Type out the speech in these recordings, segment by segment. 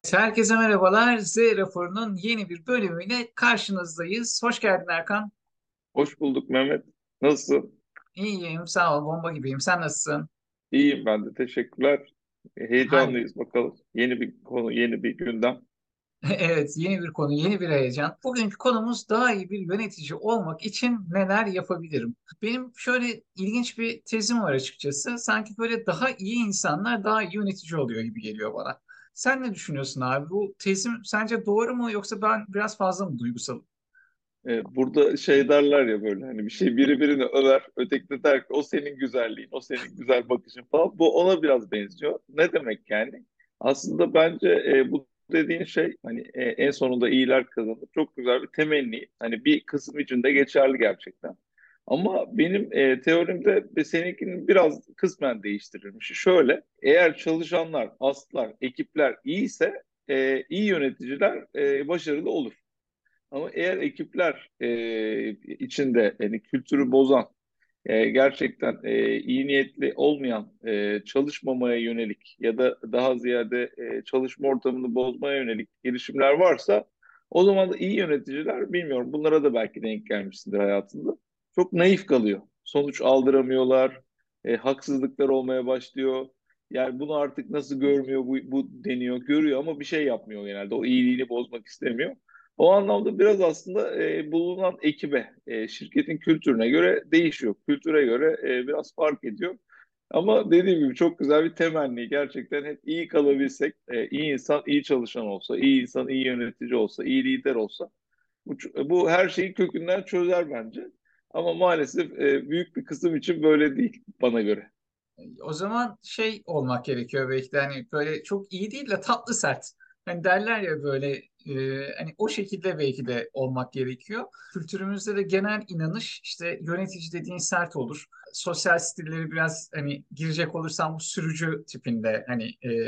Herkese merhabalar. Z raporunun yeni bir bölümüyle karşınızdayız. Hoş geldin Erkan. Hoş bulduk Mehmet. Nasılsın? İyiyim, sağ ol. Bomba gibiyim. Sen nasılsın? İyiyim ben de. Teşekkürler. Harika. Heyecanlıyız bakalım. Yeni bir konu, yeni bir gündem. Evet, yeni bir konu, yeni bir heyecan. Bugünkü konumuz daha iyi bir yönetici olmak için neler yapabilirim? Benim şöyle ilginç bir tezim var açıkçası. Sanki böyle daha iyi insanlar daha iyi yönetici oluyor gibi geliyor bana. Sen ne düşünüyorsun abi? Bu tezim sence doğru mu yoksa ben biraz fazla mı duygusalım? Burada şey derler ya böyle hani bir şey biri birini över, öteki de der ki o senin güzelliğin, o senin güzel bakışın falan. Bu ona biraz benziyor. Ne demek yani? Aslında bence bu dediğin şey hani en sonunda iyiler kazanır. Çok güzel bir temenni. Hani bir kısım için de geçerli gerçekten. Ama benim teorimde ve seninkinin biraz kısmen değiştirilmiş. Şöyle, eğer çalışanlar, aslar, ekipler iyiyse iyi yöneticiler başarılı olur. Ama eğer ekipler içinde yani kültürü bozan, gerçekten iyi niyetli olmayan, çalışmamaya yönelik ya da daha ziyade çalışma ortamını bozmaya yönelik girişimler varsa o zaman da iyi yöneticiler bilmiyorum bunlara da belki denk gelmişsindir hayatında. Çok naif kalıyor. Sonuç aldıramıyorlar, haksızlıklar olmaya başlıyor. Yani bunu artık nasıl görmüyor bu deniyor, görüyor ama bir şey yapmıyor genelde. O iyiliğini bozmak istemiyor. O anlamda biraz aslında bulunan ekibe, şirketin kültürüne göre değişiyor. Kültüre göre biraz fark ediyor. Ama dediğim gibi çok güzel bir temenni. Gerçekten hep iyi kalabilsek, iyi insan iyi çalışan olsa, iyi insan iyi yönetici olsa, iyi lider olsa bu her şeyi kökünden çözer bence. Ama maalesef büyük bir kısım için böyle değil bana göre. O zaman şey olmak gerekiyor belki de hani böyle çok iyi değil de tatlı sert. Hani derler ya böyle hani o şekilde belki de olmak gerekiyor. Kültürümüzde de genel inanış işte yönetici dediğin sert olur. Sosyal stilleri biraz hani girecek olursam bu sürücü tipinde hani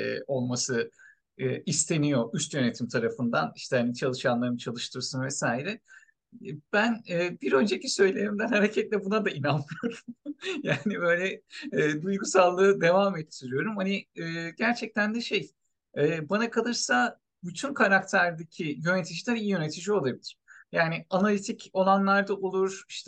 olması isteniyor üst yönetim tarafından. İşte hani çalışanlarını çalıştırsın vesaire. Ben bir önceki söylemimden hareketle buna da inanmıyorum. Yani böyle duygusallığı devam ettiriyorum. Hani gerçekten de şey bana kalırsa bütün karakterdeki yöneticiler iyi yönetici olabilir. Yani analitik olanlar da olur. İşte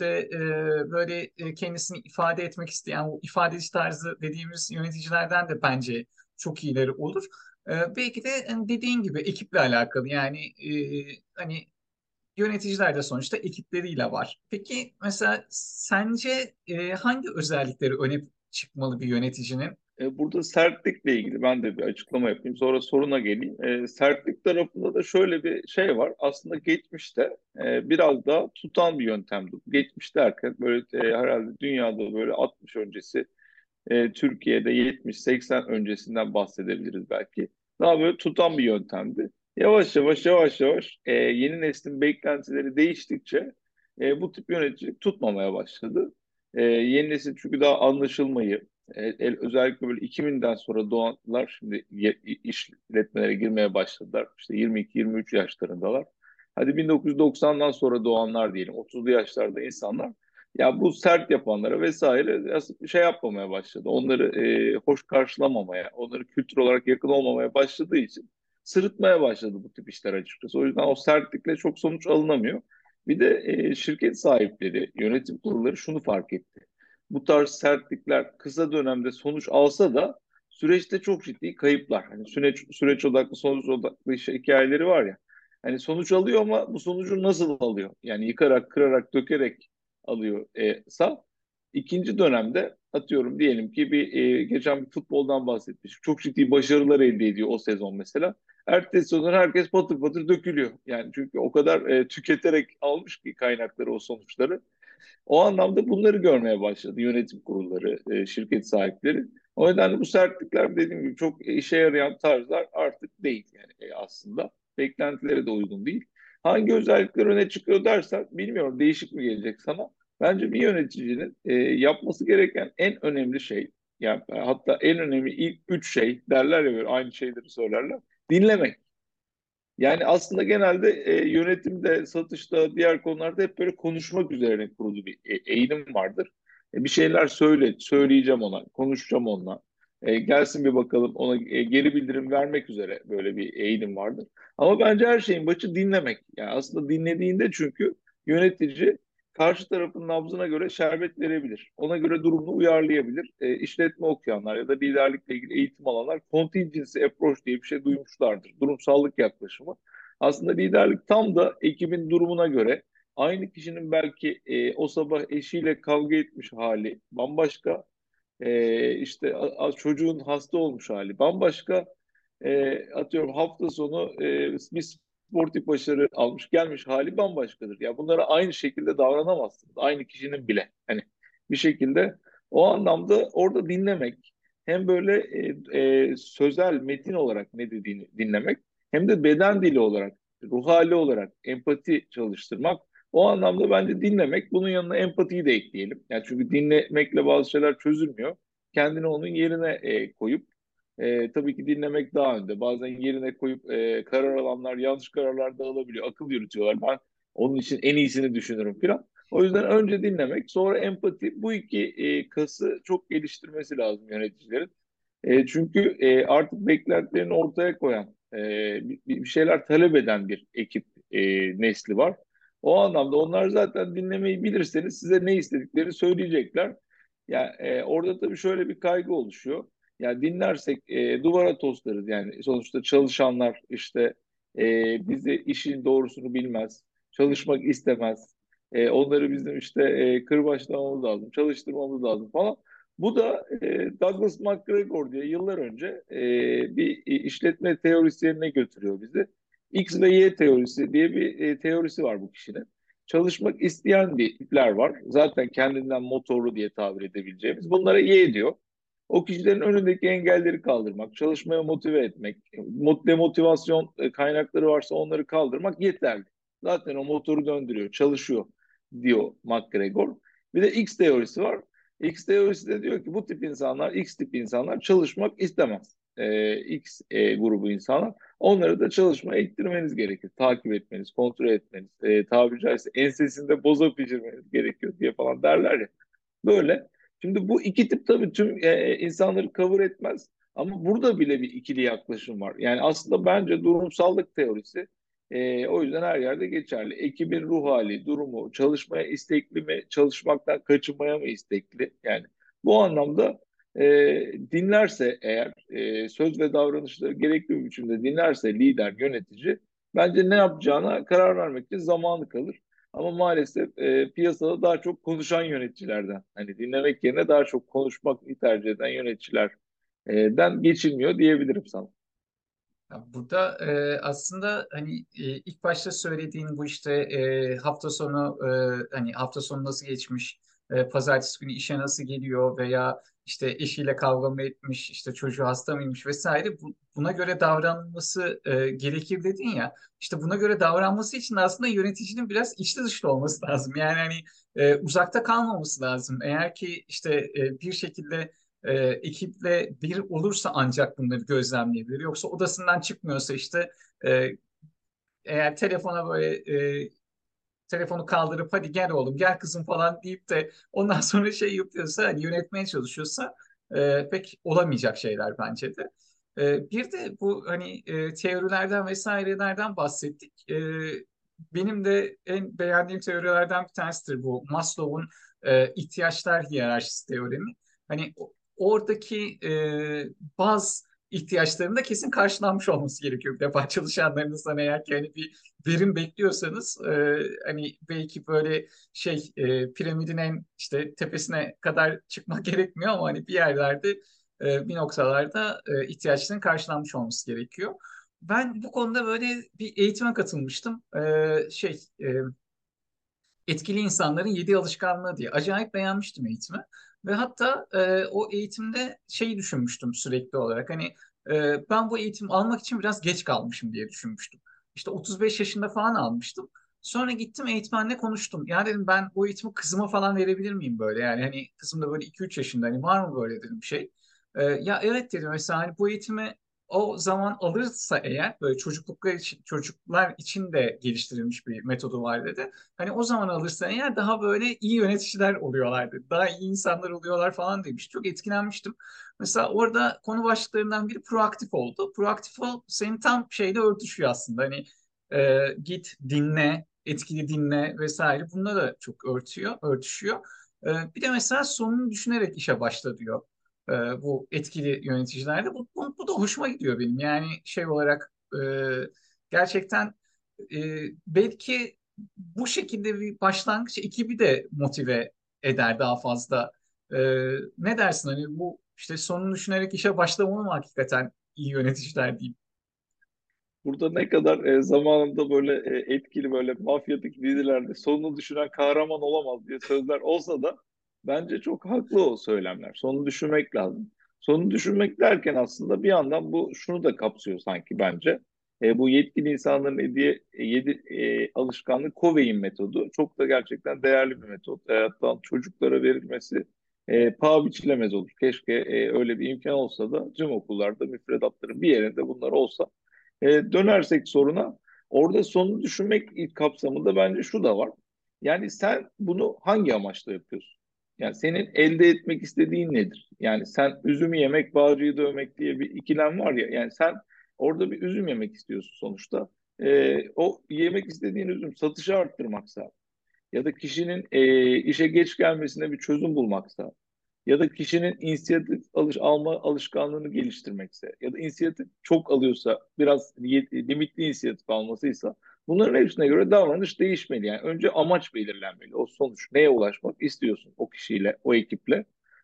böyle kendisini ifade etmek isteyen o ifadeci tarzı dediğimiz yöneticilerden de bence çok iyileri olur. Belki de hani dediğin gibi ekiple alakalı. Yani hani yöneticiler de sonuçta ekipleriyle var. Peki mesela sence hangi özellikleri öne çıkmalı bir yöneticinin? Burada sertlikle ilgili ben de bir açıklama yapayım. Sonra soruna geleyim. Sertlik tarafında da şöyle bir şey var. Aslında geçmişte biraz daha tutan bir yöntemdi. Geçmiş derken böyle herhalde dünyada böyle 60 öncesi, Türkiye'de 70-80 öncesinden bahsedebiliriz belki. Daha böyle tutan bir yöntemdi. Yavaş yavaş yavaş yavaş yeni neslin beklentileri değiştikçe bu tip yöneticilik tutmamaya başladı. Yeni nesil çünkü daha anlaşılmayı, özellikle böyle 2000'den sonra doğanlar şimdi işletmelere girmeye başladılar. İşte 22-23 yaşlarındalar. Hadi 1990'dan sonra doğanlar diyelim, 30'lu yaşlarda insanlar ya bu sert yapanlara vesaire şey yapmamaya başladı. Onları hoş karşılamamaya, onları kültür olarak yakın olmamaya başladığı için sırıtmaya başladı bu tip işler açıkçası. O yüzden o sertlikle çok sonuç alınamıyor. Bir de şirket sahipleri, yönetim kurulları şunu fark etti. Bu tarz sertlikler kısa dönemde sonuç alsa da süreçte çok ciddi kayıplar. Hani süreç odaklı, sonuç odaklı hikayeleri var ya. Hani sonuç alıyor ama bu sonucu nasıl alıyor? Yani yıkarak, kırarak, dökerek alıyorsa ikinci dönemde atıyorum diyelim ki geçen bir futboldan bahsetmiş. Çok ciddi başarılar elde ediyor o sezon mesela. Ertesi sezon herkes patır patır dökülüyor. Yani çünkü o kadar tüketerek almış ki kaynakları o sonuçları. O anlamda bunları görmeye başladı yönetim kurulları, şirket sahipleri. O nedenle bu sertlikler dediğim gibi çok işe yarayan tarzlar artık değil yani aslında. Beklentilere de uygun değil. Hangi özellikler öne çıkıyor dersen bilmiyorum değişik mi gelecek sana. Bence bir yöneticinin yapması gereken en önemli şey yani hatta en önemli ilk üç şey derler ya böyle aynı şeyleri söylerler. Dinlemek. Yani aslında genelde yönetimde, satışta, diğer konularda hep böyle konuşmak üzerine kurulu bir eğilim vardır. Bir şeyler söyleyeceğim ona, konuşacağım onunla. Gelsin bir bakalım, ona geri bildirim vermek üzere böyle bir eğilim vardır. Ama bence her şeyin başı dinlemek. Yani aslında dinlediğinde, çünkü yönetici karşı tarafın nabzına göre şerbet verebilir. Ona göre durumunu uyarlayabilir. İşletme okuyanlar ya da liderlikle ilgili eğitim alanlar contingency approach diye bir şey duymuşlardır. Durumsallık yaklaşımı. Aslında liderlik tam da ekibin durumuna göre, aynı kişinin belki o sabah eşiyle kavga etmiş hali bambaşka, işte çocuğun hasta olmuş hali bambaşka. Atıyorum hafta sonu bir sportif başarı almış gelmiş hali bambaşkadır. Ya bunlara aynı şekilde davranamazsınız. Aynı kişinin bile. Hani bir şekilde o anlamda orada dinlemek, hem böyle sözel metin olarak ne dediğini dinlemek, hem de beden dili olarak, ruh hali olarak empati çalıştırmak. O anlamda bence dinlemek, bunun yanına empatiyi de ekleyelim. Yani çünkü dinlemekle bazı şeyler çözülmüyor. Kendini onun yerine koyup, tabii ki dinlemek daha önde. Bazen yerine koyup karar alanlar yanlış kararlar da alabiliyor. Akıl yürütüyorlar. Ben onun için en iyisini düşünürüm falan. O yüzden önce dinlemek, sonra empati. Bu iki kası çok geliştirmesi lazım yöneticilerin. Çünkü artık beklentilerini ortaya koyan, bir şeyler talep eden bir ekip nesli var. O anlamda onlar zaten dinlemeyi bilirseniz size ne istediklerini söyleyecekler. Ya orada tabii şöyle bir kaygı oluşuyor. Ya dinlersek duvara toslarız, yani sonuçta çalışanlar işte bizi işin doğrusunu bilmez, çalışmak istemez. Onları bizim işte kırbaçlamamız lazım, çalıştırmamız lazım falan. Bu da Douglas MacGregor diye yıllar önce bir işletme teorisyenine götürüyor bizi. X ve Y teorisi diye bir teorisi var bu kişinin. Çalışmak isteyen bir tipler var. Zaten kendinden motorlu diye tabir edebileceğimiz. Bunlara Y diyor. O kişilerin önündeki engelleri kaldırmak, çalışmaya motive etmek, demotivasyon kaynakları varsa onları kaldırmak yeterli. Zaten o motoru döndürüyor, çalışıyor diyor MacGregor. Bir de X teorisi var. X teorisi de diyor ki bu tip insanlar, X tip insanlar çalışmak istemez. X grubu insanlar. Onları da çalışmaya ittirmeniz gerekir. Takip etmeniz, kontrol etmeniz, tabiri caizse ensesinde boza pişirmeniz gerekiyor diye falan derler ya. Böyle. Şimdi bu iki tip tabii tüm insanları cover etmez. Ama burada bile bir ikili yaklaşım var. Yani aslında bence durumsallık teorisi o yüzden her yerde geçerli. Ekibin ruh hali, durumu, çalışmaya istekli mi, çalışmaktan kaçınmaya mı istekli? Yani bu anlamda e, dinlerse eğer, söz ve davranışları gerekli bir biçimde dinlerse lider, yönetici, bence ne yapacağına karar vermek için zamanı kalır. Ama maalesef piyasada daha çok konuşan yöneticilerden, hani dinlemek yerine daha çok konuşmak tercih eden yöneticilerden geçilmiyor diyebilirim sana. Ya burada aslında hani ilk başta söylediğin bu işte hafta sonu hani hafta sonu nasıl geçmiş, pazartesi günü işe nasıl geliyor veya işte eşiyle kavga mı etmiş, işte çocuğu hasta mıymış vesaire buna göre davranılması gerekir dedin ya. İşte buna göre davranması için de aslında yöneticinin biraz içli dışlı olması lazım. Yani hani uzakta kalmaması lazım. Eğer ki işte bir şekilde ekiple bir olursa ancak bunları gözlemleyebilir. Yoksa odasından çıkmıyorsa işte e, eğer telefona böyle telefonu kaldırıp hadi gel oğlum gel kızım falan deyip de ondan sonra şey yapıyorsa hani yönetmeye çalışıyorsa pek olamayacak şeyler bence de. Bir de bu hani teorilerden vesairelerden bahsettik. Benim de en beğendiğim teorilerden bir tanesidir bu Maslow'un ihtiyaçlar hiyerarşisi teoremi. Hani oradaki bazı ihtiyaçların da kesin karşılanmış olması gerekiyor. Bir defa çalışanlarınızdan eğer ki hani bir verim bekliyorsanız hani belki böyle şey piramidin en işte tepesine kadar çıkmak gerekmiyor ama hani bir yerlerde bir noktalarda ihtiyaçların karşılanmış olması gerekiyor. Ben bu konuda böyle bir eğitime katılmıştım. Etkili insanların yedi alışkanlığı diye. Acayip beğenmiştim eğitimi. Ve hatta o eğitimde şeyi düşünmüştüm sürekli olarak. Hani ben bu eğitim almak için biraz geç kalmışım diye düşünmüştüm. İşte 35 yaşında falan almıştım. Sonra gittim eğitmenle konuştum. Ya dedim ben bu eğitimi kızıma falan verebilir miyim böyle? Yani hani kızım da böyle 2-3 yaşında. Hani var mı böyle dedim bir şey. Ya evet dedim mesela hani bu eğitimi o zaman alırsa eğer, böyle çocuklar için de geliştirilmiş bir metodu var dedi. Hani o zaman alırsa eğer daha böyle iyi yöneticiler oluyorlar dedi. Daha iyi insanlar oluyorlar falan demiş. Çok etkilenmiştim. Mesela orada konu başlıklarından biri proaktif oldu. Proaktif ol senin tam şeyle örtüşüyor aslında. Hani git dinle, etkili dinle vesaire. Bununla da çok örtüşüyor. Bir de mesela sonunu düşünerek işe başla diyor, bu etkili yöneticilerde. Bu da hoşuma gidiyor benim. Yani şey olarak gerçekten belki bu şekilde bir başlangıç ekibi de motive eder daha fazla. E, Ne dersin, hani bu işte sonunu düşünerek işe başlamalı mı hakikaten iyi yöneticiler diyeyim? Burada ne kadar zamanında böyle etkili böyle mafyatik dizilerde sonunu düşünen kahraman olamaz diye sözler olsa da bence çok haklı o söylemler. Sonunu düşünmek lazım. Sonunu düşünmek derken aslında bir yandan bu şunu da kapsıyor sanki bence. Bu yetkili insanların alışkanlığı Covey'in metodu. Çok da gerçekten değerli bir metot. Hatta çocuklara verilmesi paha biçilemez olur. Keşke öyle bir imkan olsa da tüm okullarda müfredatların bir yerinde bunlar olsa. Dönersek soruna, orada sonunu düşünmek ilk kapsamında bence şu da var. Yani sen bunu hangi amaçla yapıyorsun? Yani senin elde etmek istediğin nedir? Yani sen üzümü yemek, bağcıyı dövmek diye bir ikilem var ya. Yani sen orada bir üzüm yemek istiyorsun sonuçta. O yemek istediğin üzüm satışı arttırmaksa ya da kişinin işe geç gelmesine bir çözüm bulmaksa ya da kişinin inisiyatif alma alışkanlığını geliştirmekse ya da inisiyatif çok alıyorsa biraz limitli inisiyatif almasıysa bunların hepsine göre davranış değişmeli. Yani önce amaç belirlenmeli. O sonuç neye ulaşmak istiyorsun o kişiyle, o ekiple.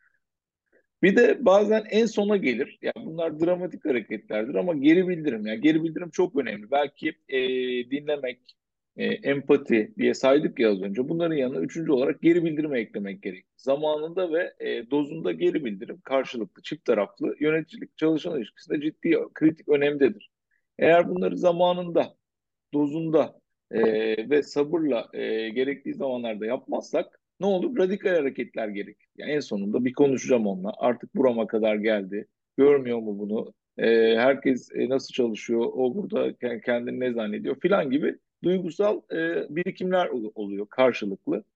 Bir de bazen en sona gelir. Yani bunlar dramatik hareketlerdir ama geri bildirim. Yani geri bildirim çok önemli. Belki dinlemek, empati diye saydık ya az önce. Bunların yanına üçüncü olarak geri bildirime eklemek gerek. Zamanında ve dozunda geri bildirim karşılıklı, çift taraflı yöneticilik çalışan ilişkisinde ciddi, kritik önemdedir. Eğer bunları zamanında, dozunda ve sabırla gerektiği zamanlarda yapmazsak ne olur? Radikal hareketler gerekir. Yani en sonunda bir konuşacağım onunla. Artık burama kadar geldi. Görmüyor mu bunu? Herkes nasıl çalışıyor? O burada kendini ne zannediyor? Filan gibi duygusal birikimler oluyor karşılıklı.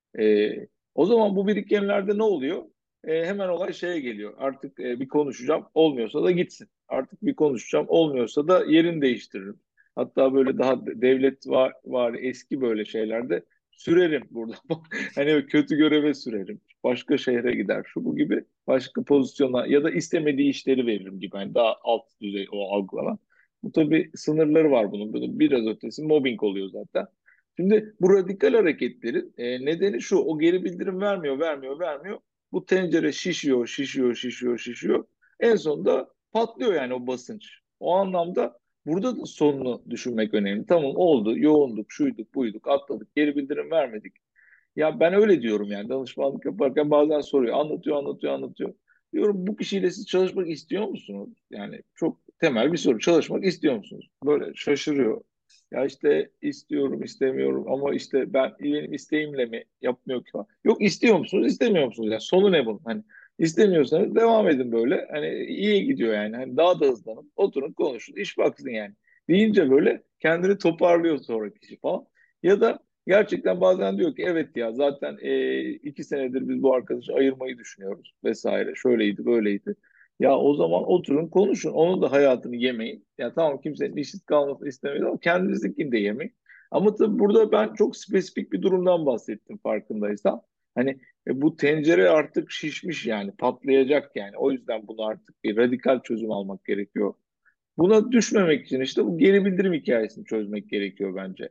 O zaman bu birikimlerde ne oluyor? Hemen olay şeye geliyor. Artık bir konuşacağım, olmuyorsa da gitsin. Artık bir konuşacağım, olmuyorsa da yerini değiştiririm. Hatta böyle daha devlet var eski böyle şeylerde sürerim burada. Hani kötü göreve sürerim. Başka şehre gider. Şu bu gibi başka pozisyona ya da istemediği işleri veririm gibi. Yani daha alt düzey o algılanan. Bu tabii sınırları var bunun. Bunun biraz ötesi mobbing oluyor zaten. Şimdi bu radikal hareketlerin nedeni şu, o geri bildirim vermiyor. Bu tencere şişiyor, şişiyor. En sonunda patlıyor yani o basınç. O anlamda burada da sonunu düşünmek önemli. Tamam oldu, yoğunduk, şuyduk, buyduk, atladık, geri bildirim vermedik. Ya ben öyle diyorum yani danışmanlık yaparken bazen soruyor, anlatıyor. Diyorum bu kişiyle siz çalışmak istiyor musunuz? Yani çok temel bir soru. Çalışmak istiyor musunuz? Böyle şaşırıyor. Ya işte istiyorum, istemiyorum ama işte benim isteğimle mi yapmıyor ki falan. Yok istiyor musunuz, istemiyor musunuz? Yani sonu ne bunun? Hani istemiyorsanız devam edin böyle. Hani iyi gidiyor yani. Hani daha da hızlanın. Oturun konuşun. İş baksın yani. Deyince böyle kendini toparlıyor sonra kişi falan. Ya da gerçekten bazen diyor ki evet ya zaten 2 senedir biz bu arkadaşı ayırmayı düşünüyoruz vesaire. Şöyleydi böyleydi. Ya o zaman oturun konuşun. Onun da hayatını yemeyin. Ya tamam kimsenin işsiz kalmasını istemiyor ama kendinizinkini de yemeyin. Ama tabii burada ben çok spesifik bir durumdan bahsettim farkındaysan. Hani bu tencere artık şişmiş yani patlayacak yani. O yüzden bunu artık bir radikal çözüm almak gerekiyor. Buna düşmemek için işte bu geri bildirim hikayesini çözmek gerekiyor bence.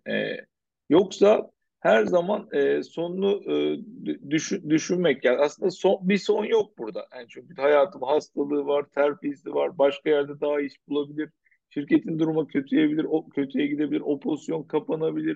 Yoksa her zaman sonunu düşünmek yani aslında bir son yok burada. Yani çünkü hayatın hastalığı var, terfisi var, başka yerde daha iş bulabilir. Şirketin durumu kötüyebilir, o kötüye gidebilir, o pozisyon kapanabilir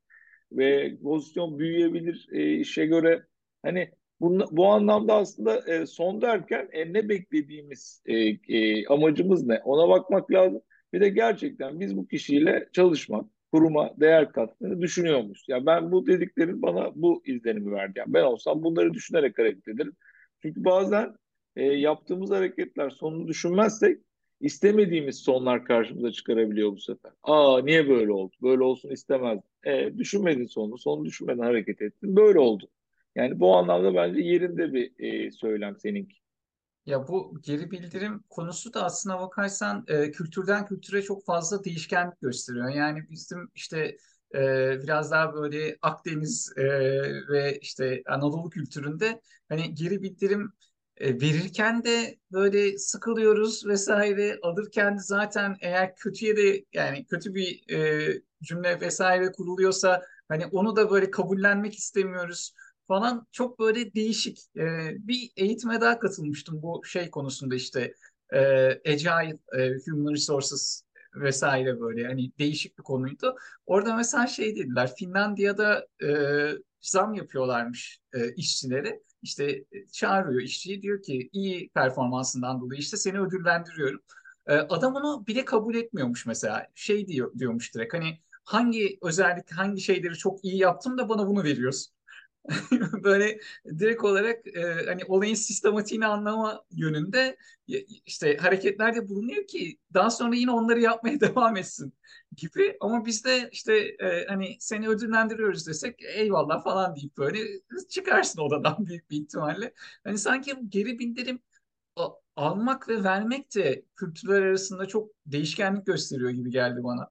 ve pozisyon büyüyebilir işe göre. Hani bu anlamda aslında son derken ne beklediğimiz amacımız ne ona bakmak lazım. Bir de gerçekten biz bu kişiyle çalışmak, kuruma değer kattığını düşünüyor muyuz? Ya ben bu dediklerin bana bu izlenimi verdi. Yani ben olsam bunları düşünerek hareket ederim. Çünkü bazen yaptığımız hareketler sonunu düşünmezsek istemediğimiz sonlar karşımıza çıkarabiliyor bu sefer. Aa, niye böyle oldu? Böyle olsun istemezdim. Düşünmedin sonunu. Sonu düşünmeden hareket ettin. Böyle oldu. Yani bu anlamda bence yerinde bir söylem seninki. Ya bu geri bildirim konusu da aslına bakarsan kültürden kültüre çok fazla değişkenlik gösteriyor. Yani bizim işte biraz daha böyle Akdeniz ve işte Anadolu kültüründe hani geri bildirim verirken de böyle sıkılıyoruz vesaire. Alırken de zaten eğer kötüye de yani kötü bir cümle vesaire kuruluyorsa hani onu da böyle kabullenmek istemiyoruz falan, çok böyle değişik. Bir eğitime daha katılmıştım bu şey konusunda işte Agile, Human Resources vesaire, böyle hani değişik bir konuydu. Orada mesela şey dediler, Finlandiya'da zam yapıyorlarmış işçilere. İşte çağırıyor işçiyi, diyor ki iyi performansından dolayı işte seni ödüllendiriyorum. Adam onu bile kabul etmiyormuş mesela. Şey diyormuş direkt, hani hangi özellik, hangi şeyleri çok iyi yaptım da bana bunu veriyorsun. Böyle direkt olarak hani olayın sistematiğini anlama yönünde işte hareketlerde bulunuyor ki daha sonra yine onları yapmaya devam etsin gibi. Ama biz de işte hani seni ödüllendiriyoruz desek eyvallah falan deyip böyle çıkarsın odadan büyük bir ihtimalle. Hani sanki bu geri bildirim almak ve vermek de kültürler arasında çok değişkenlik gösteriyor gibi geldi bana.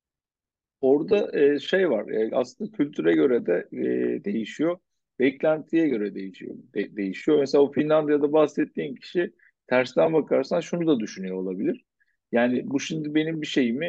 Orada şey var, aslında kültüre göre de değişiyor, beklentiye göre değişiyor. Mesela o Finlandiya'da bahsettiğin kişi tersten bakarsan şunu da düşünüyor olabilir. Yani bu şimdi benim bir şeyimi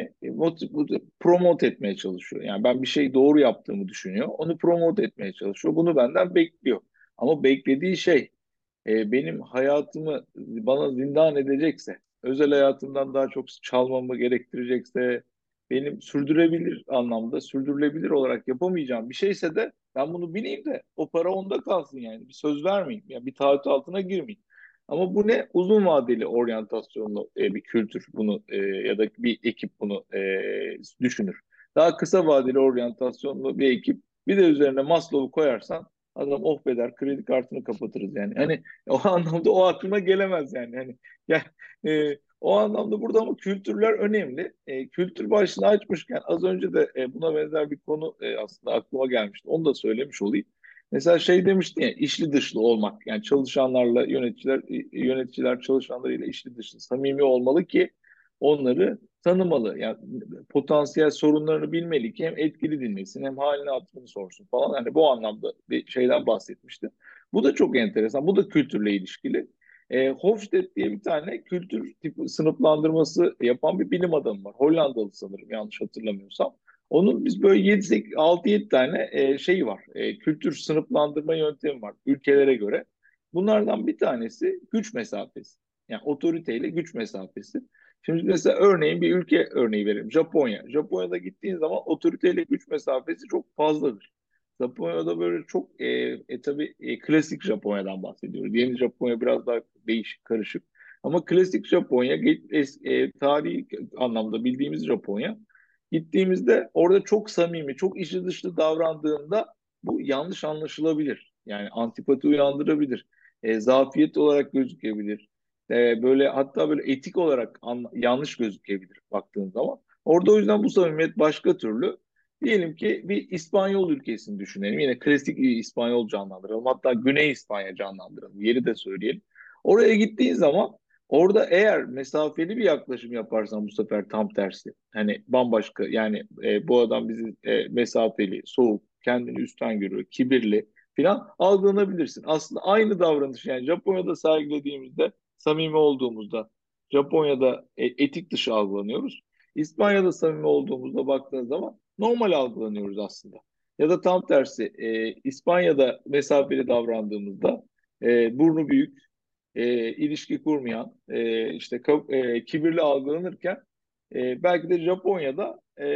promote etmeye çalışıyor. Yani ben bir şey doğru yaptığımı düşünüyor, onu promote etmeye çalışıyor, bunu benden bekliyor. Ama beklediği şey benim hayatımı bana zindan edecekse, özel hayatımdan daha çok çalmamı gerektirecekse, benim sürdürebilir anlamda, sürdürülebilir olarak yapamayacağım bir şeyse de ben bunu bileyim de o para onda kalsın yani. Bir söz vermeyeyim, yani bir taahhüt altına girmeyeyim. Ama bu ne? Uzun vadeli oryantasyonlu bir kültür bunu ya da bir ekip bunu düşünür. Daha kısa vadeli oryantasyonlu bir ekip, bir de üzerine Maslow'u koyarsan adam oh be der, kredi kartını kapatırız yani. Hani o anlamda o aklıma gelemez yani. Hani ya, o anlamda burada ama kültürler önemli. Kültür başlığı açmışken az önce de buna benzer bir konu aslında aklıma gelmişti. Onu da söylemiş olayım. Mesela şey demiştin ya, içli dışlı olmak. Yani çalışanlarla yöneticiler çalışanlarıyla içli dışlı samimi olmalı ki onları tanımalı. Yani potansiyel sorunlarını bilmeli ki hem etkili dinlesin hem halini hatırını sorsun falan. Hani bu anlamda bir şeyden bahsetmişti. Bu da çok enteresan. Bu da kültürle ilişkili. Hofstede diye bir tane kültür tipi sınıflandırması yapan bir bilim adamı var. Hollandalı sanırım, yanlış hatırlamıyorsam. Onun biz böyle 6-7 tane şeyi var. Kültür sınıflandırma yöntemi var ülkelere göre. Bunlardan bir tanesi güç mesafesi. Yani otoriteyle güç mesafesi. Şimdi mesela örneğin bir ülke örneği verelim. Japonya. Japonya'da gittiğin zaman otoriteyle güç mesafesi çok fazladır. Japonya'da böyle çok tabii klasik Japonya'dan bahsediyoruz. Yeni Japonya biraz daha değişik, karışık. Ama klasik Japonya, tarihi anlamda bildiğimiz Japonya. Gittiğimizde orada çok samimi, çok içi dışlı davrandığında bu yanlış anlaşılabilir. Yani antipati uyandırabilir. Zafiyet olarak gözükebilir. Böyle hatta böyle etik olarak yanlış gözükebilir baktığın zaman. Orada o yüzden bu samimiyet başka türlü. Diyelim ki bir İspanyol ülkesini düşünelim. Yine klasik İspanyol canlandıralım. Hatta Güney İspanya canlandıralım. Yeri de söyleyelim. Oraya gittiğin zaman orada eğer mesafeli bir yaklaşım yaparsan bu sefer tam tersi. Hani bambaşka yani bu adam bizi mesafeli, soğuk, kendini üstten görüyor, kibirli falan algılanabilirsin. Aslında aynı davranış yani Japonya'da sergilediğimizde, samimi olduğumuzda Japonya'da etik dışı algılanıyoruz. İspanya'da samimi olduğumuzda baktığın zaman normal algılanıyoruz aslında. Ya da tam tersi İspanya'da mesafeli davrandığımızda burnu büyük, ilişki kurmayan, kibirli algılanırken belki de Japonya'da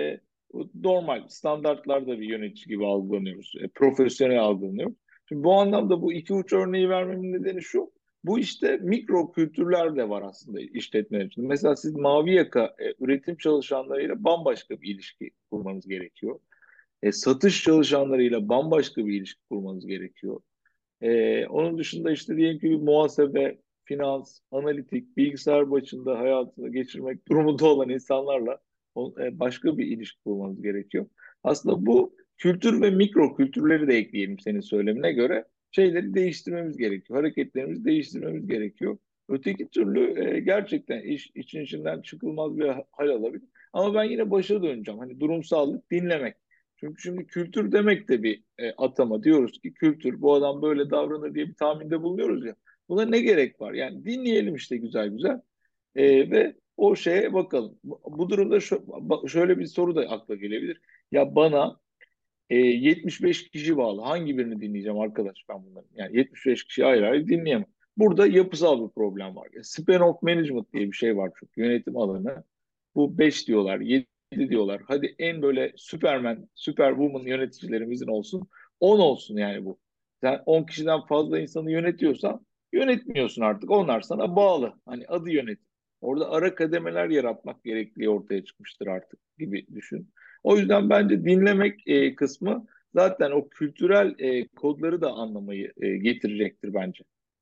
normal standartlarda bir yönetici gibi algılanıyoruz. Profesyonel algılanıyoruz. Şimdi bu anlamda bu iki uç örneği vermemin nedeni şu. Bu işte mikro kültürler de var aslında işletmeler için. Mesela siz mavi yaka üretim çalışanlarıyla bambaşka bir ilişki kurmanız gerekiyor. Satış çalışanlarıyla bambaşka bir ilişki kurmanız gerekiyor. Onun dışında işte diyelim ki bir muhasebe, finans, analitik, bilgisayar başında hayatını geçirmek durumunda olan insanlarla başka bir ilişki kurmanız gerekiyor. Aslında bu kültür ve mikro kültürleri de ekleyelim senin söylemine göre. Şeyleri değiştirmemiz gerekiyor. Hareketlerimizi değiştirmemiz gerekiyor. Öteki türlü gerçekten için içinden çıkılmaz bir hal alabilir. Ama ben yine başa döneceğim. Hani durumsallık dinlemek. Çünkü şimdi kültür demek de bir atama. Diyoruz ki kültür bu adam böyle davranır diye bir tahminde bulunuyoruz ya. Buna ne gerek var? Yani dinleyelim işte güzel güzel. Ve o şeye bakalım. Bu durumda şöyle bir soru da akla gelebilir. Ya bana 75 kişi bağlı. Hangi birini dinleyeceğim arkadaş ben bunları? Yani 75 kişi ayrı ayrı dinleyemem. Burada yapısal bir problem var. Span of management diye bir şey var çünkü yönetim alanı. Bu 5 diyorlar, 7 diyorlar. Hadi en böyle Superman, Superwoman yöneticilerimizin olsun. 10 olsun yani bu. Sen 10 kişiden fazla insanı yönetiyorsan yönetmiyorsun artık. Onlar sana bağlı. Hani adı yönet. Orada ara kademeler yaratmak gerektiği ortaya çıkmıştır artık gibi düşün. O yüzden bence dinlemek kısmı zaten o kültürel kodları da anlamayı getirecektir bence.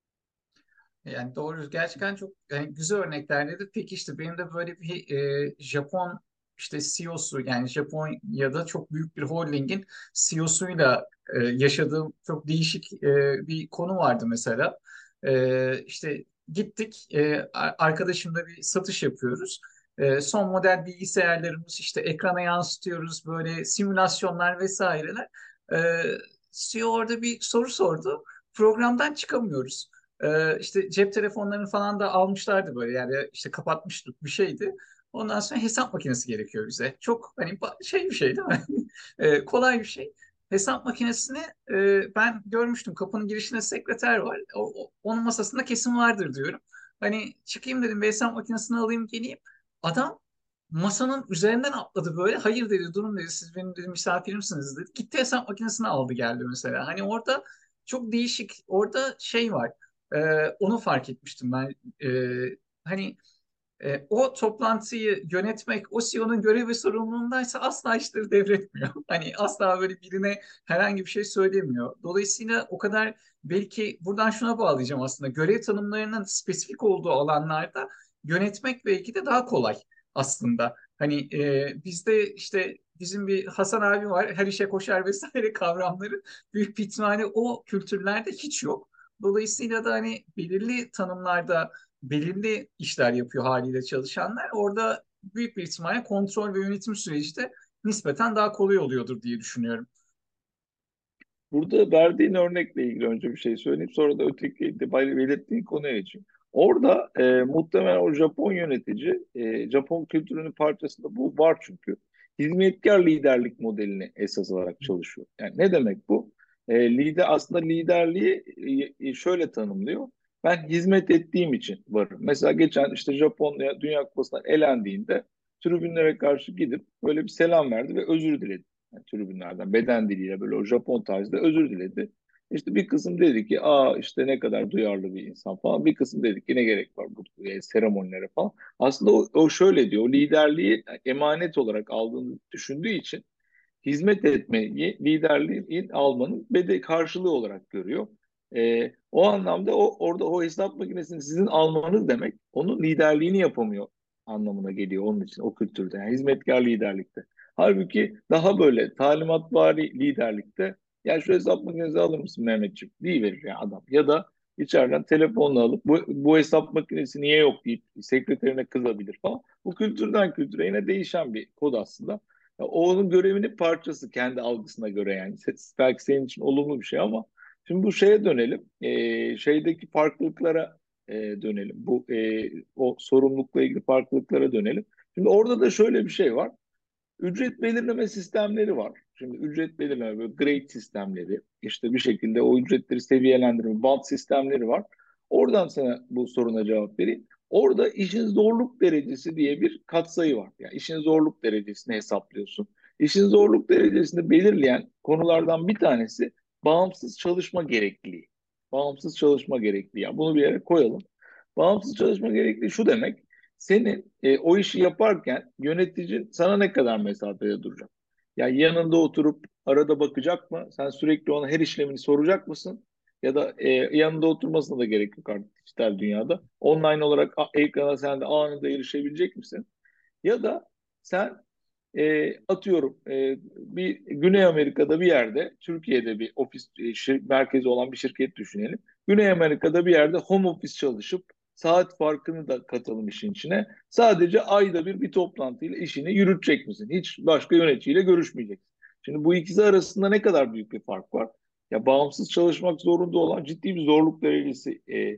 Yani doğru, gerçekten çok yani güzel örnekler dedi. Peki işte benim de böyle bir Japon işte CEO'su, yani Japonya'da çok büyük bir holdingin CEO'suyla yaşadığım çok değişik bir konu vardı mesela. İşte gittik, arkadaşımla bir satış yapıyoruz. Son model bilgisayarlarımız, işte ekrana yansıtıyoruz, böyle simülasyonlar vesaireler. E, CEO orada bir soru sordu. Programdan çıkamıyoruz. İşte cep telefonlarını falan da almışlardı böyle, yani işte kapatmıştık bir şeydi. Ondan sonra hesap makinesi gerekiyor bize. Çok hani şey bir şey değil mi? Kolay bir şey. Hesap makinesini ben görmüştüm. Kapının girişinde sekreter var. Onun masasında kesin vardır diyorum. Hani çıkayım dedim, bir hesap makinesini alayım geleyim. Adam masanın üzerinden atladı böyle. Hayır dedi, durun dedi, siz benim dedi misafirimsiniz dedi. Gitti hesap makinesini aldı geldi mesela. Hani orada çok değişik, orada şey var. Onu fark etmiştim ben. Hani o toplantıyı yönetmek o CEO'nun görev ve sorumluluğundaysa asla işleri devretmiyor. Hani asla böyle birine herhangi bir şey söylemiyor. Dolayısıyla o kadar, belki buradan şuna bağlayacağım aslında. Görev tanımlarının spesifik olduğu alanlarda yönetmek belki de daha kolay aslında. Hani bizde işte bizim bir Hasan abi var. Her işe koşar vesaire kavramları büyük bir ihtimalle o kültürlerde hiç yok. Dolayısıyla da hani belirli tanımlarda belirli işler yapıyor haliyle çalışanlar. Orada büyük bir ihtimalle kontrol ve yönetim süreci de nispeten daha kolay oluyordur diye düşünüyorum. Burada verdiğin örnekle ilgili önce bir şey söyleyeyim. Sonra da öteki de belirttiğin konuya geçeyim. Orada muhtemelen o Japon yönetici, Japon kültürünün parçasında bu var çünkü. Hizmetkar liderlik modelini esas alarak çalışıyor. Yani ne demek bu? Aslında liderliği şöyle tanımlıyor. Ben hizmet ettiğim için varım. Mesela geçen işte Japonya Dünya Kupası'ndan elendiğinde tribünlere karşı gidip böyle bir selam verdi ve özür diledi. Yani tribünlerden beden diliyle böyle o Japon tarzda özür diledi. İşte bir kısım dedi ki aa işte ne kadar duyarlı bir insan falan. Bir kısım dedi ki ne gerek var bu seremonilere falan. Aslında o şöyle diyor, o liderliği emanet olarak aldığını düşündüğü için hizmet etmeyi liderliğin almanın karşılığı olarak görüyor. O anlamda orada o hesap makinesini sizin almanız demek onun liderliğini yapamıyor anlamına geliyor onun için o kültürde. Yani hizmetkar liderlikte. Halbuki daha böyle talimatvari liderlikte ya şu hesap makinesi alır mısın Mehmetciğim verir ya adam. Ya da içeriden telefonla alıp bu hesap makinesi niye yok deyip sekreterine kızabilir falan. Bu kültürden kültüre yine değişen bir kod aslında. Ya, o onun görevinin parçası kendi algısına göre yani. Belki senin için olumlu bir şey ama şimdi bu şeye dönelim. Şeydeki farklılıklara dönelim. O sorumlulukla ilgili farklılıklara dönelim. Şimdi orada da şöyle bir şey var. Ücret belirleme sistemleri var. Şimdi ücret belirleme, böyle grade sistemleri, işte bir şekilde o ücretleri seviyelendirme, band sistemleri var. Oradan sana bu soruna cevap vereyim. Orada işin zorluk derecesi diye bir katsayı var. Yani işin zorluk derecesini hesaplıyorsun. İşin zorluk derecesini belirleyen konulardan bir tanesi bağımsız çalışma gerekliliği. Bağımsız çalışma gerekliliği. Yani bunu bir yere koyalım. Bağımsız çalışma gerekliliği şu demek. Senin o işi yaparken yöneticin sana ne kadar mesafede duracak? Yani yanında oturup arada bakacak mı? Sen sürekli ona her işlemini soracak mısın? Ya da yanında oturmasına da gerek yok artık dijital dünyada. Online olarak ekrana sen de anında erişebilecek misin? Ya da sen atıyorum bir Güney Amerika'da bir yerde, Türkiye'de bir ofis merkezi olan bir şirket düşünelim. Güney Amerika'da bir yerde home office çalışıp saat farkını da katalım işin içine. Sadece ayda bir toplantıyla işini yürütecek misin? Hiç başka yöneticiyle görüşmeyeceksin. Şimdi bu ikisi arasında ne kadar büyük bir fark var? Ya bağımsız çalışmak zorunda olan ciddi bir zorluk derecesi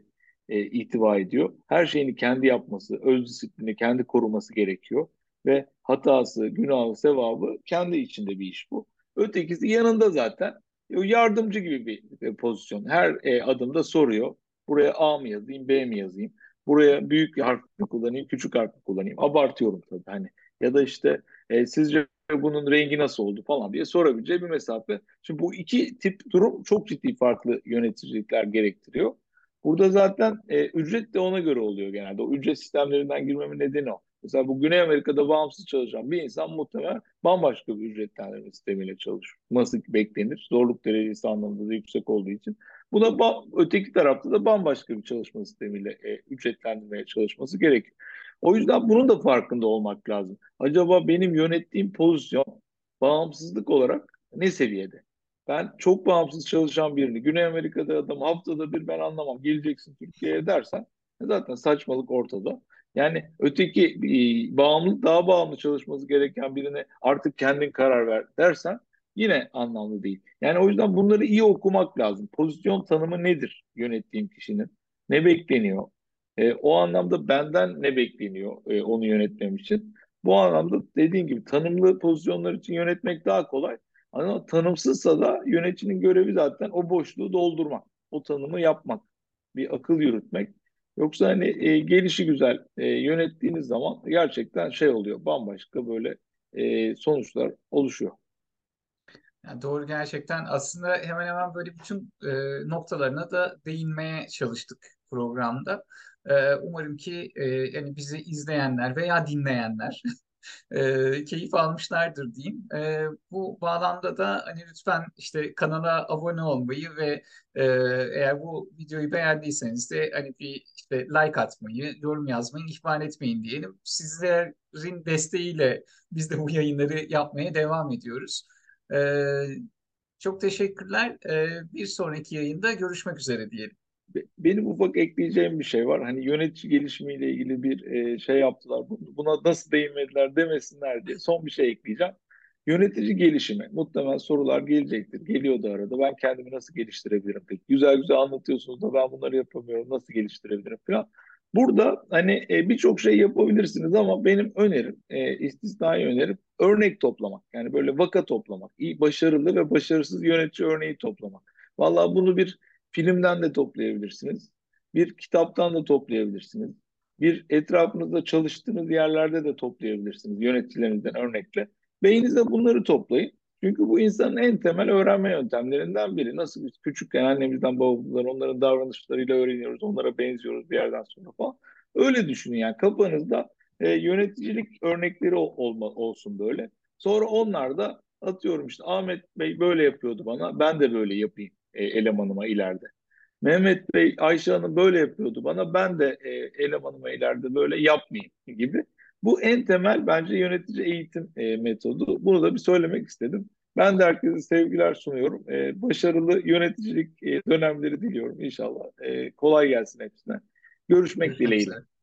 ihtiva ediyor. Her şeyini kendi yapması, öz disiplini kendi koruması gerekiyor ve hatası, günahı, sevabı kendi içinde bir iş bu. Ötekisi yanında zaten yardımcı gibi bir pozisyon. Her adımda soruyor. Buraya A mı yazayım, B mi yazayım? Buraya büyük harf mi kullanayım, küçük harf mi kullanayım? Abartıyorum tabii hani. Ya da işte sizce bunun rengi nasıl oldu falan diye sorabileceği bir mesafe. Şimdi bu iki tip durum çok ciddi farklı yöneticilikler gerektiriyor. Burada zaten ücret de ona göre oluyor genelde. O ücret sistemlerinden girmemin nedeni o. Mesela bu Güney Amerika'da bağımsız çalışan bir insan muhtemelen bambaşka bir ücretlendirme sistemiyle çalışması beklenir. Zorluk derecesi anlamında da yüksek olduğu için. Öteki tarafta da bambaşka bir çalışma sistemiyle ücretlendirmeye çalışması gerekiyor. O yüzden bunun da farkında olmak lazım. Acaba benim yönettiğim pozisyon bağımsızlık olarak ne seviyede? Ben çok bağımsız çalışan birini Güney Amerika'da adam haftada bir ben anlamam geleceksin Türkiye'ye dersen zaten saçmalık ortada. Yani öteki bağımlı daha bağımlı çalışması gereken birine artık kendin karar ver dersen yine anlamlı değil. Yani o yüzden bunları iyi okumak lazım. Pozisyon tanımı nedir yönettiğim kişinin? Ne bekleniyor? O anlamda benden ne bekleniyor onu yönetmem için? Bu anlamda dediğim gibi tanımlı pozisyonlar için yönetmek daha kolay. Ama tanımsızsa da yöneticinin görevi zaten o boşluğu doldurmak. O tanımı yapmak. Bir akıl yürütmek. Yoksa hani gelişi güzel yönettiğiniz zaman gerçekten şey oluyor. Bambaşka böyle sonuçlar oluşuyor. Yani doğru, gerçekten aslında hemen hemen böyle bütün noktalarına da değinmeye çalıştık programda. Umarım ki yani bizi izleyenler veya dinleyenler keyif almışlardır diyeyim. Bu bağlamda da hani lütfen işte kanala abone olmayı ve eğer bu videoyu beğendiyseniz de hani bir işte like atmayı, yorum yazmayı ihmal etmeyin diyelim. Sizlerin desteğiyle biz de bu yayınları yapmaya devam ediyoruz. Ee, Çok teşekkürler. Bir sonraki yayında görüşmek üzere diyelim. Benim ufak ekleyeceğim bir şey var. Hani yönetici gelişimiyle ilgili bir şey yaptılar. Buna nasıl değinmediler demesinler diye son bir şey ekleyeceğim. Yönetici gelişimi. Muhtemelen sorular gelecektir. Geliyor da arada. Ben kendimi nasıl geliştirebilirim peki? Güzel güzel anlatıyorsunuz da ben bunları yapamıyorum. Nasıl geliştirebilirim falan. Burada hani birçok şey yapabilirsiniz ama benim önerim, istisnai önerim örnek toplamak. Yani böyle vaka toplamak. İyi, başarılı ve başarısız yönetici örneği toplamak. Vallahi bunu bir filmden de toplayabilirsiniz. Bir kitaptan da toplayabilirsiniz. Bir etrafınızda çalıştığınız yerlerde de toplayabilirsiniz yöneticilerinizden örnekle. Beyninizde bunları toplayın. Çünkü bu insanın en temel öğrenme yöntemlerinden biri. Nasıl biz küçükken annemizden babamızdan onların davranışlarıyla öğreniyoruz, onlara benziyoruz bir yerden sonra falan. Öyle düşünün yani kafanızda yöneticilik örnekleri olsun böyle. Sonra onlar da atıyorum işte Ahmet Bey böyle yapıyordu bana, ben de böyle yapayım elemanıma ileride. Mehmet Bey, Ayşe Hanım böyle yapıyordu bana, ben de elemanıma ileride böyle yapmayayım gibi. Bu en temel bence yönetici eğitim metodu. Bunu da bir söylemek istedim. Ben de herkese sevgiler sunuyorum. Başarılı yöneticilik dönemleri diliyorum inşallah. Kolay gelsin hepsine. Görüşmek Görüşmek dileğiyle. üzere.